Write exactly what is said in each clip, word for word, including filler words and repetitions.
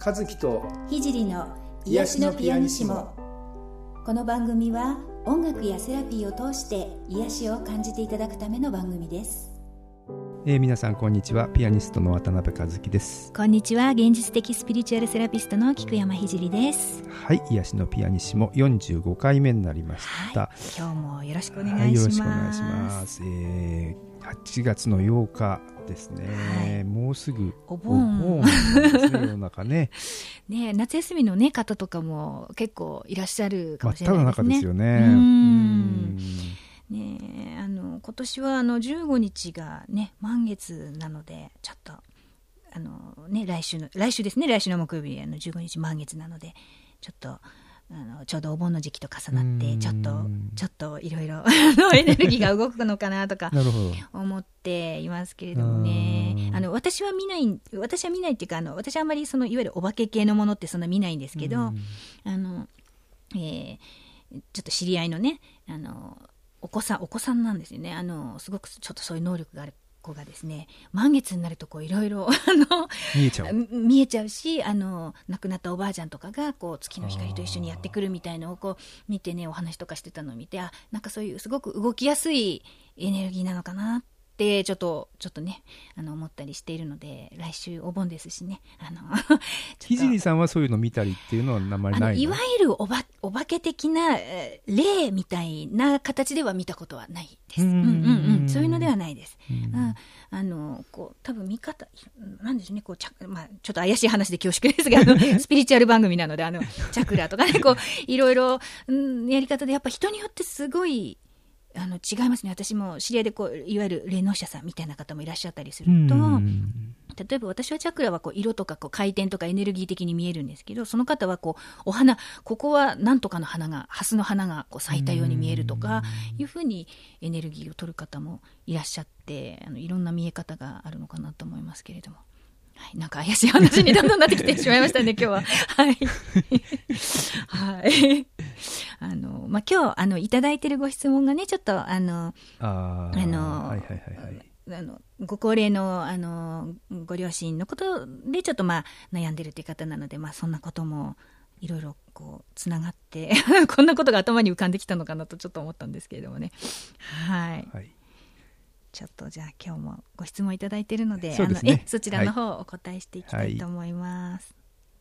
和樹と聖の癒しのピアニシモ。この番組は音楽やセラピーを通して癒しを感じていただくための番組です。 えー、皆さんこんにちは。ピアニストの渡辺和樹です。 こんにちは。現実的スピリチュアルセラピストの菊山聖です。 はい、癒しのピアニシモよんじゅうごかいめになりました、 はい、今日もよろしくお願いします。はい、よろしくお願いします。 えー、はちがつのようかですね、はい、もうすぐお盆お盆ですね、世の中ねね、夏休みの、ね、方とかも結構いらっしゃるかもしれないですね。 真っ只中ですよね。 うーんね、あの今年はあのじゅうごにちが、ね、満月なのでちょっとあの、ね、来週の来週ですね来週の木曜日あのじゅうごにち満月なのでちょっとあのちょうどお盆の時期と重なってちょっとちょっといろいろエネルギーが動くのかなとか思っていますけれどもね。あの私は見ない私は見ないっていうかあの私はあんまりそのいわゆるお化け系のものってそんな見ないんですけど、あの、えー、ちょっと知り合いのねあのお子さんお子さんなんですよね。あのすごくちょっとそういう能力がある子がですね、満月になるとこういろいろ見えちゃう見えちゃうし、あの亡くなったおばあちゃんとかがこう月の光と一緒にやってくるみたいのをこう見てね、お話とかしてたのを見て、あ、なんかそういうすごく動きやすいエネルギーなのかなってちょっとちょっとねあの思ったりしているので、来週お盆ですしね、あの聖さんはそういうの見たりっていうのはあまりないの？ いわゆるおばお化け的な霊みたいな形では見たことはないです。うんうんうん、そういうのではないです。うん、あのこう多分見方なんでしょうね、こうちゃ、まあ、ちょっと怪しい話で恐縮ですが、あのスピリチュアル番組なのであのチャクラとかねこういろいろ、うん、やり方でやっぱ人によってすごいあの違いますね。私も知り合いでこういわゆる霊能者さんみたいな方もいらっしゃったりすると、例えば私はチャクラはこう色とかこう回転とかエネルギー的に見えるんですけど、その方はこうお花、ここは何とかの花がハスの花がこう咲いたように見えるとかいうふうにエネルギーを取る方もいらっしゃって、あのいろんな見え方があるのかなと思いますけれども、はい、なんか怪しい話にどんどんなってきてしまいましたね今日は。はいはいあのまあ、今日あのいただいているご質問がねちょっとあのああの、 はいはいはいはい、 あのご高齢 の, あのご両親のことでちょっとまあ悩んでるという方なので、まあ、そんなこともいろいろこうつながってこんなことが頭に浮かんできたのかなとちょっと思ったんですけれどもね。はい、はい、ちょっとじゃあ今日もご質問いただいているの で, そうですね、 あのえそちらの方をお答えしていきたいと思います。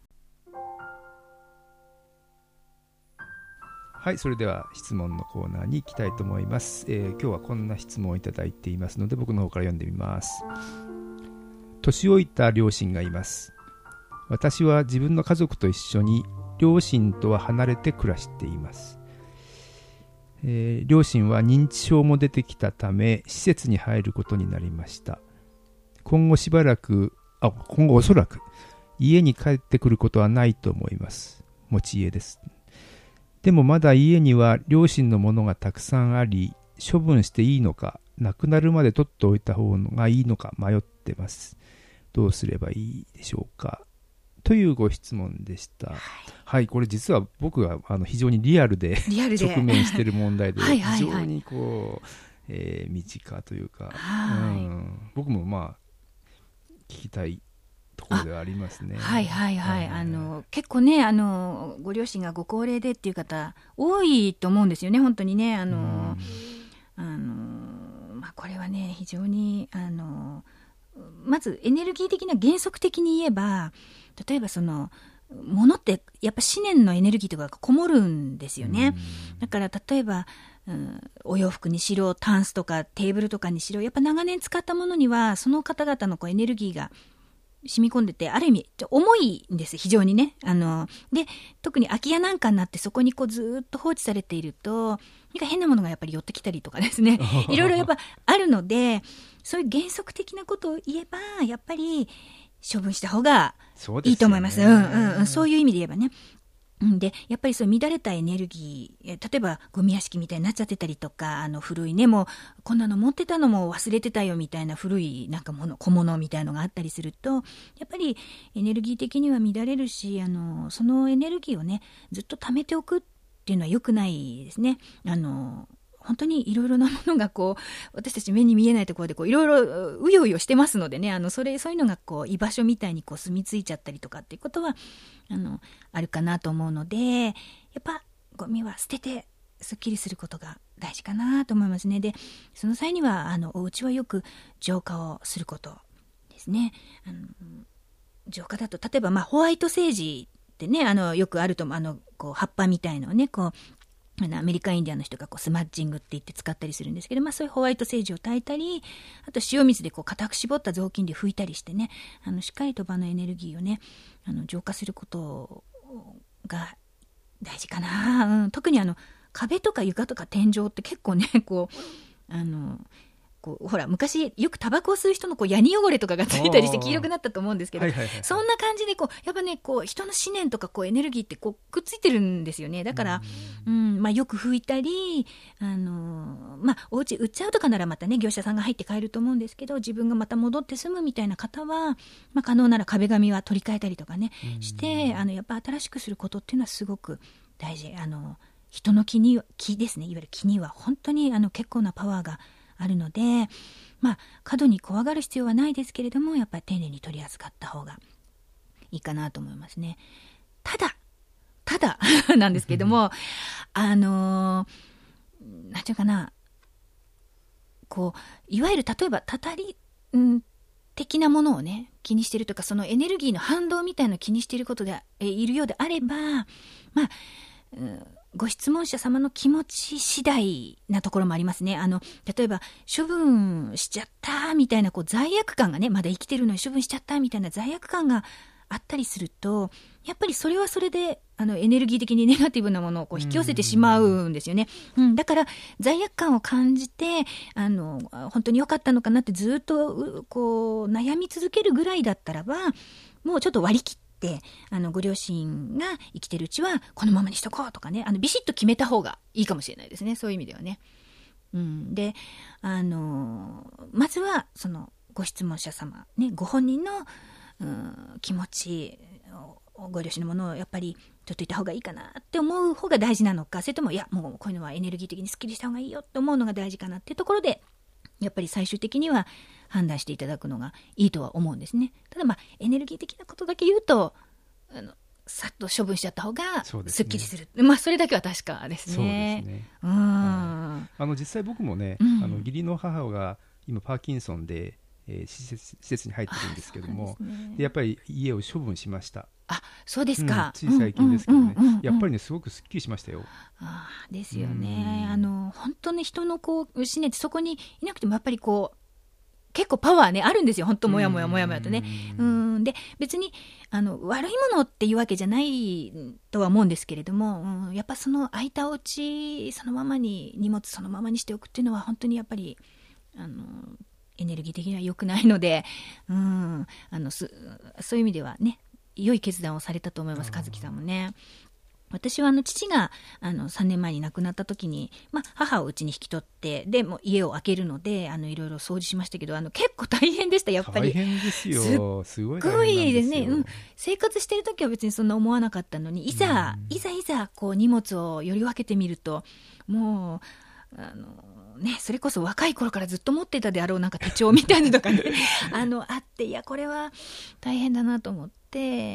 はい、それでは質問のコーナーに行きたいと思います。えー、今日はこんな質問をいただいていますので僕の方から読んでみます。年老いた両親がいます。私は自分の家族と一緒に両親とは離れて暮らしています。えー、両親は認知症も出てきたため施設に入ることになりました。今後しばらくあ今後おそらく家に帰ってくることはないと思います。持ち家です。でもまだ家には両親のものがたくさんあり、処分していいのか亡くなるまで取っておいた方がいいのか迷ってます。どうすればいいでしょうか、というご質問でした。はい、はい、これ実は僕があの非常にリアルで直面している問題で非常にこう、えー、身近というか、はい、うん、僕もまあ聞きたいところではありますね。 はいはいはい、あの結構ねあのご両親がご高齢でっていう方多いと思うんですよね本当にね。あの、うん、あのまあ、これはね非常にあのまずエネルギー的な原則的に言えば、例えばその物ってやっぱ思念のエネルギーとかがこもるんですよね。だから例えば、うん、お洋服にしろタンスとかテーブルとかにしろやっぱ長年使ったものにはその方々のこうエネルギーが染み込んでて、ある意味重いんです非常にね。あので特に空き家なんかになってそこにこうずっと放置されているとなんか変なものがやっぱり寄ってきたりとかですねいろいろやっぱあるので、そういう原則的なことを言えばやっぱり処分した方がいいと思います。そうですよね。うんうんうん、そういう意味で言えばね。でやっぱりそう乱れたエネルギー、例えばゴミ屋敷みたいになっちゃってたりとか、あの古いねもうこんなの持ってたのも忘れてたよみたいな古いなんかもの小物みたいのがあったりするとやっぱりエネルギー的には乱れるし、あのそのエネルギーをねずっと溜めておくっていうのは良くないですね。あの本当にいろいろなものがこう私たち目に見えないところでこういろいろうようよしてますのでね、あのそれそういうのがこう居場所みたいにこう住み着いちゃったりとかっていうことはあのあるかなと思うので、やっぱゴミは捨ててすっきりすることが大事かなと思いますね。でその際にはあのお家はよく浄化をすることですね。あの浄化だと例えば、まあ、ホワイトセージってね、あのよくあると思う、あのこう葉っぱみたいのをねこうあのアメリカインディアンの人がこうスマッジングって言って使ったりするんですけど、まあ、そういうホワイトセージを炊いたり、あと塩水でこう固く絞った雑巾で拭いたりしてね、あのしっかりと場のエネルギーをねあの浄化することが大事かな、うん、特にあの壁とか床とか天井って結構ねこうあのこうほら昔よくタバコを吸う人のこうヤニ汚れとかがついたりして黄色くなったと思うんですけど、はいはいはいはい、そんな感じでこうやっぱねこう人の思念とかこうエネルギーってこうくっついてるんですよね。だから、うんうんまあ、よく拭いたり、あのまあ、お家売っちゃうとかならまたね業者さんが入って買えると思うんですけど、自分がまた戻って住むみたいな方は、まあ、可能なら壁紙は取り替えたりとかねしてあのやっぱ新しくすることっていうのはすごく大事。あの人の気に気ですね、いわゆる気には本当にあの結構なパワーがあるので、まあ、過度に怖がる必要はないですけれども、やっぱり丁寧に取り扱った方がいいかなと思いますね。ただただなんですけどもあのー、なんていうかな、こういわゆる例えばたたり、うん、的なものをね気にしているとか、そのエネルギーの反動みたいなのを気にしていることでえいるようであれば、まあ、うんご質問者様の気持ち次第なところもありますね。あの例えば処分しちゃったみたいなこう罪悪感がね、まだ生きてるのに処分しちゃったみたいな罪悪感があったりすると、やっぱりそれはそれであのエネルギー的にネガティブなものをこう引き寄せてしまうんですよね。うん、だから罪悪感を感じてあの本当に良かったのかなってずっとこう悩み続けるぐらいだったらば、もうちょっと割り切ってであのご両親が生きてるうちはこのままにしとこうとかね、あのビシッと決めた方がいいかもしれないですね、そういう意味ではね。うん、であのまずはそのご質問者様、ね、ご本人の、うん、気持ち、ご両親のものをやっぱり取っといた方がいいかなって思う方が大事なのか、それともいやもうこういうのはエネルギー的にスッキリした方がいいよって思うのが大事かなっていうところで、やっぱり最終的には判断していただくのがいいとは思うんですね。ただまあエネルギー的なことだけ言うと、あのさっと処分しちゃった方がすっきりする、ね、まあそれだけは確かですね。 そうですね。うん、あの実際僕もね、うん、あの義理の母が今パーキンソンで、えー、施設、施設に入ってるんですけども、で、ね、やっぱり家を処分しました。 あ、そうですか、 うん、つい最近ですけどね、やっぱりねすごくすっきりしましたよ。 あですよね。あの本当に人のこう思念ってそこにいなくてもやっぱりこう結構パワーねあるんですよ、本当もやもやもやもやとね。うんで別にあの悪いものっていうわけじゃないとは思うんですけれども、うん、やっぱその空いたお家そのままに荷物そのままにしておくっていうのは本当にやっぱりあのエネルギー的には良くないので、うん、あのすそういう意味ではね良い決断をされたと思います、和樹さんもね。私はあの父があのさんねんまえに亡くなった時に、まあ、母をうちに引き取ってでもう家を空けるのであのいろいろ掃除しましたけど、あの結構大変でした。やっぱり大変ですよ。すごい大変なんですよ。 すごいですね、うん、生活してる時は別にそんな思わなかったのに、いざいざいざこう荷物をより分けてみるともうあのね、それこそ若い頃からずっと持ってたであろうなんか手帳みたいなのとかねあのあって、いやこれは大変だなと思って、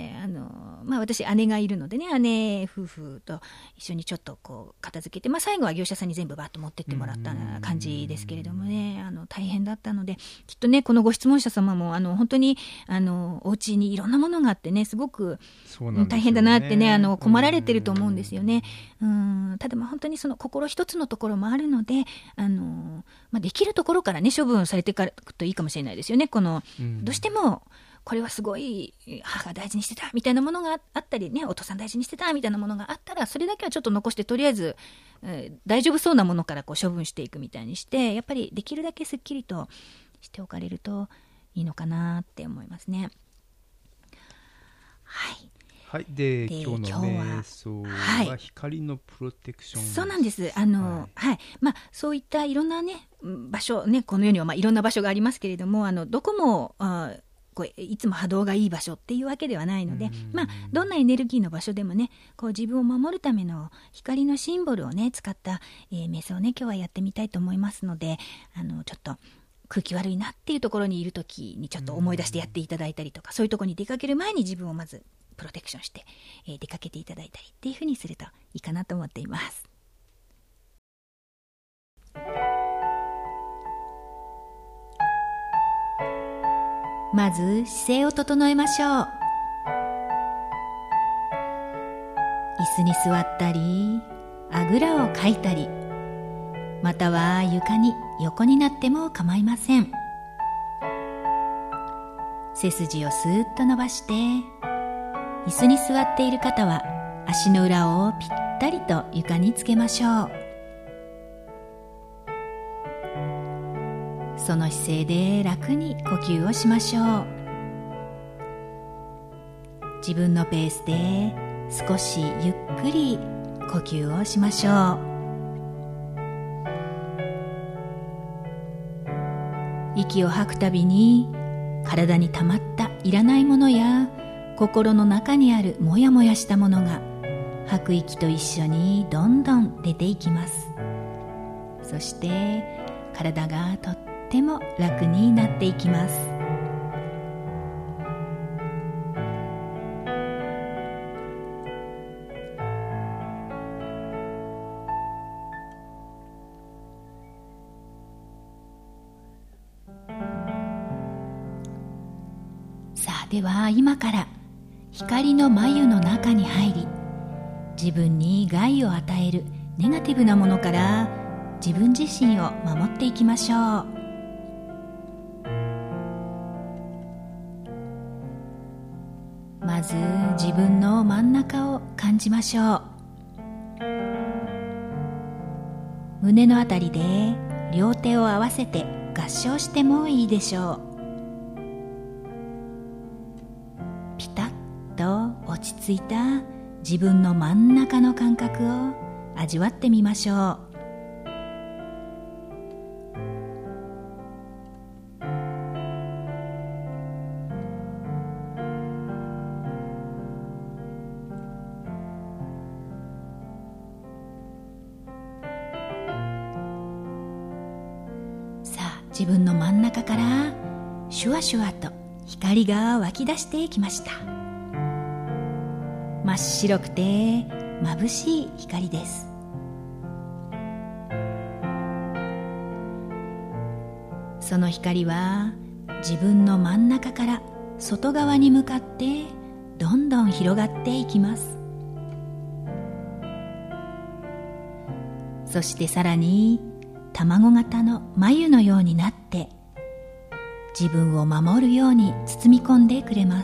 あの、まあ、私姉がいるのでね、姉夫婦と一緒にちょっとこう片付けて、まあ、最後は業者さんに全部バッと持ってってもらった感じですけれどもね、あの大変だったので、きっとねこのご質問者様もあの本当にあのお家にいろんなものがあってね、すごく大変だなってね、あの困られてると思うんですよね。うん、ただまあ本当にその心一つのところもあるので、あの、まあ、できるところからね処分されていくといいかもしれないですよね。このどうしてもこれはすごい母が大事にしてたみたいなものがあったりね、お父さん大事にしてたみたいなものがあったら、それだけはちょっと残してとりあえず、えー、大丈夫そうなものからこう処分していくみたいにして、やっぱりできるだけすっきりとしておかれるといいのかなって思いますね。はいはい、で, で今日の瞑想は光のプロテクション、はい、 そうなんです。あの、はいはい、まあ、そういったいろんな、ね、場所、ね、この世にはまあいろんな場所がありますけれども、あのどこもあこういつも波動がいい場所っていうわけではないので、まあ、どんなエネルギーの場所でもね、こう自分を守るための光のシンボルをね使った、えー、瞑想をね今日はやってみたいと思いますので、あのちょっと空気悪いなっていうところにいるときにちょっと思い出してやっていただいたりとか、そういうところに出かける前に自分をまずプロテクションして、えー、出かけていただいたりっていうふうにするといいかなと思っています。まず姿勢を整えましょう。椅子に座ったり、あぐらをかいたり、または床に横になっても構いません。背筋をスーッと伸ばして、椅子に座っている方は足の裏をぴったりと床につけましょう。その姿勢で楽に呼吸をしましょう。自分のペースで少しゆっくり呼吸をしましょう。息を吐くたびに体に溜まったいらないものや心の中にあるモヤモヤしたものが吐く息と一緒にどんどん出ていきます。そして体がとっても楽になっていきます。では今から光の眉の中に入り、自分に害を与えるネガティブなものから自分自身を守っていきましょう。まず自分の真ん中を感じましょう。胸のあたりで両手を合わせて合掌してもいいでしょう。ピタッと落ち着いた自分の真ん中の感覚を味わってみましょう。さあ、自分の真ん中からシュワシュワと光が湧き出してきました。真っ白くて眩しい光です。その光は自分の真ん中から外側に向かってどんどん広がっていきます。そしてさらに卵型の眉のようになって自分を守るように包み込んでくれます。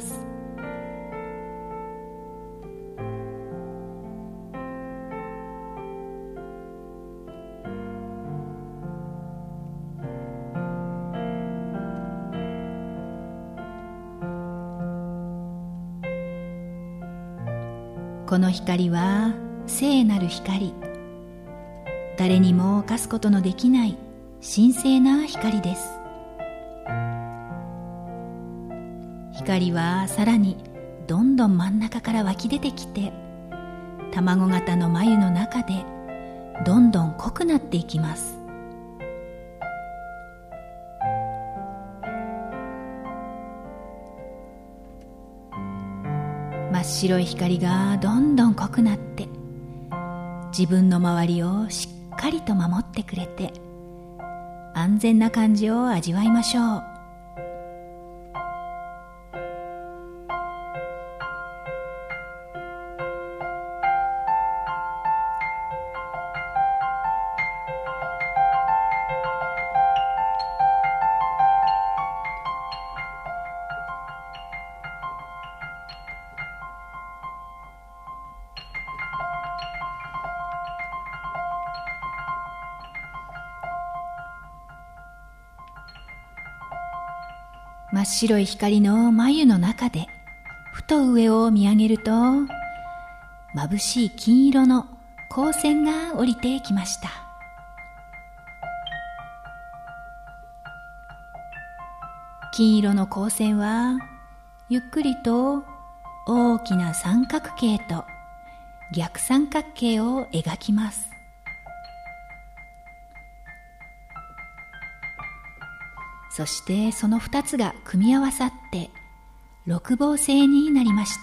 この光は聖なる光、誰にも犯すことのできない神聖な光です。光はさらにどんどん真ん中から湧き出てきて、卵型の眉の中でどんどん濃くなっていきます。真っ白い光がどんどん濃くなって、自分の周りをしっかりと守ってくれて、安全な感じを味わいましょう。真っ白い光の眉の中でふと上を見上げると、眩しい金色の光線が降りてきました。 金色の光線はゆっくりと大きな三角形と逆三角形を描きます。そしてその二つが組み合わさって六芒星になりました。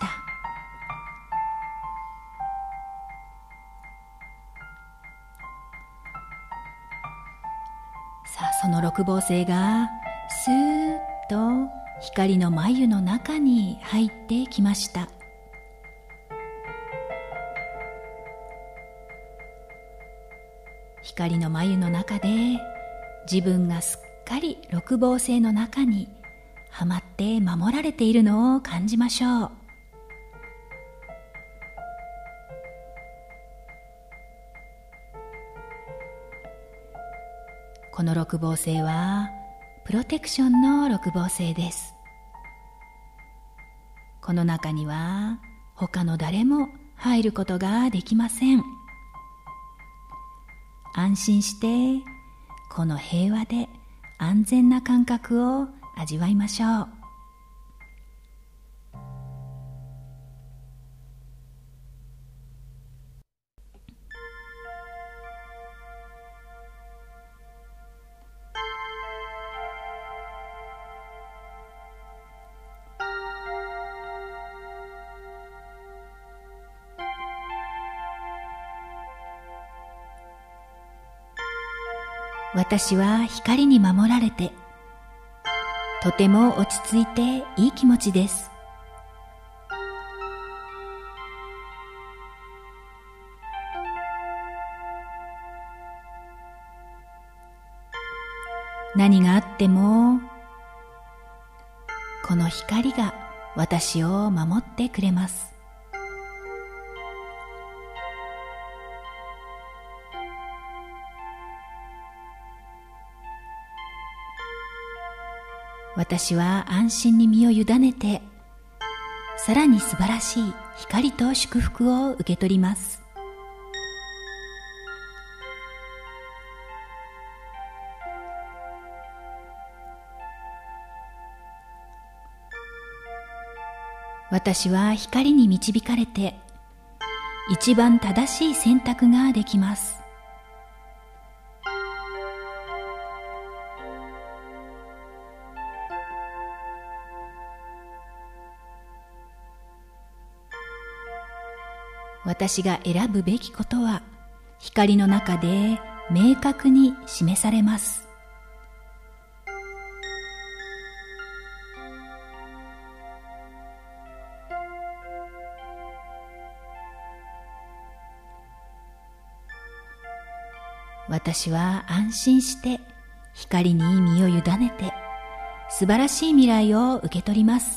さあ、その六芒星がスーッと光の眉の中に入ってきました。光の眉の中で自分がすっかり六芒星の中にはまって守られているのを感じましょう。この六芒星はプロテクションの六芒星です。この中には他の誰も入ることができません。安心してこの平和で安全な感覚を味わいましょう。私は光に守られて、とても落ち着いていい気持ちです。何があっても、この光が私を守ってくれます。私は安心に身を委ねて、さらに素晴らしい光と祝福を受け取ります。私は光に導かれて、一番正しい選択ができます。私が選ぶべきことは光の中で明確に示されます。私は安心して光に身を委ねて素晴らしい未来を受け取ります。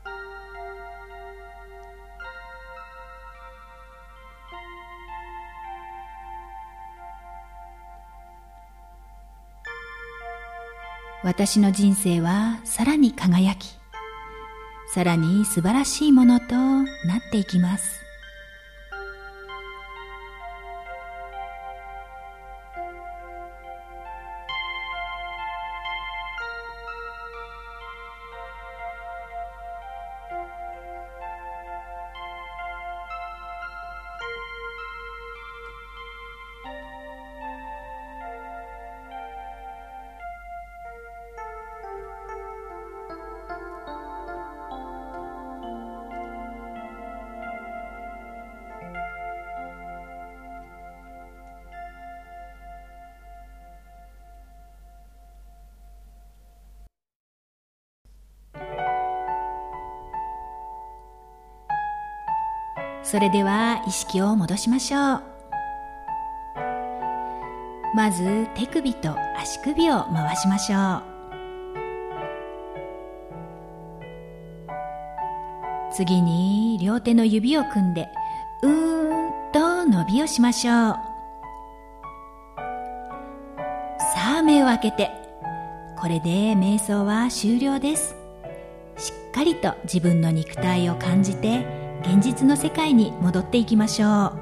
私の人生はさらに輝き、さらに素晴らしいものとなっていきます。それでは意識を戻しましょう。まず手首と足首を回しましょう。次に両手の指を組んでうーんと伸びをしましょう。さあ目を開けて、これで瞑想は終了です。しっかりと自分の肉体を感じて現実の世界に戻っていきましょう。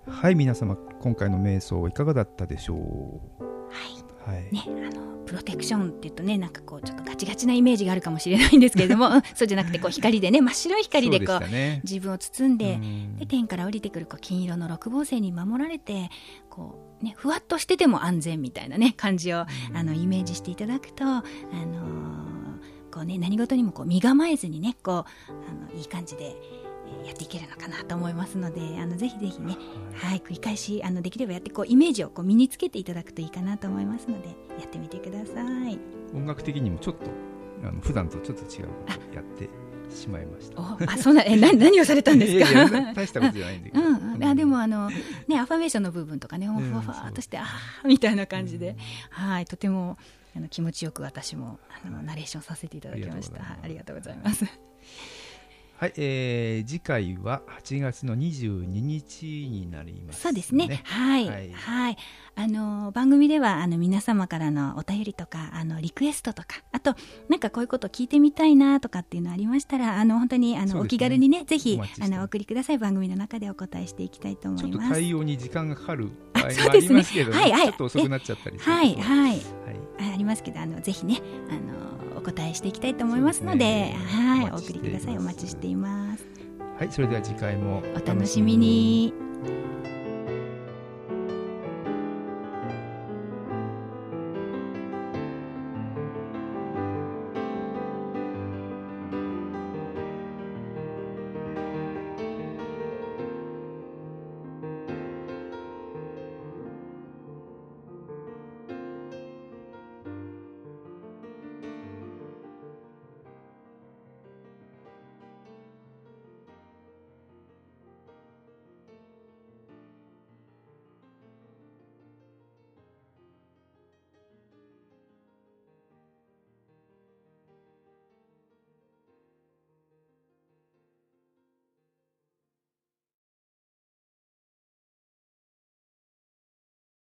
はい、皆様今回の瞑想いかがだったでしょう。 はい、 はいね、あのプロテクションっていうとね、なんかこうちょっとガチガチなイメージがあるかもしれないんですけれどもそうじゃなくてこう光でね、真っ白い光でこう、ね、自分を包んで、で天から降りてくるこう金色の六芒星に守られて、こうね、ふわっとしてても安全みたいなね感じをあのイメージしていただくと、あのーこうね、何事にもこう身構えずにね、こうあのいい感じでやっていけるのかなと思いますので、あのぜひぜひね、はい、繰り返しあのできればやってこうイメージをこう身につけていただくといいかなと思いますので、やってみてください。 音楽的にもちょっとあの普段とちょっと違うことをやってしまいました。 ああ、そうなえな何をされたんですか。 いやいや大したことじゃないんだけど、 うんうん、あでもあの、ね、アファメーションの部分とかね、ふわふわっとして、あーみたいな感じで、うん、はい、とてもあの気持ちよく私もあのナレーションさせていただきました。ありがとうございます。 はい、えー、次回ははちがつのにじゅうににちになりますね。 そうですね。はい、はいはい、あの番組ではあの皆様からのお便りとかあのリクエストとか、あとなんかこういうことを聞いてみたいなとかっていうのありましたら、あの本当にあの、ね、お気軽にね、ぜひあのお送りください。番組の中でお答えしていきたいと思います。 ちょっと対応に時間がかかる場合もありますけど、ね、はいはい、ちょっと遅くなっちゃったりする、 はいはい、はい、ありますけど、あのぜひね、あのお答えしていきたいと思いますので、でね、はい、お送りください。お待ちしています。 はい、それでは次回もお楽しみに。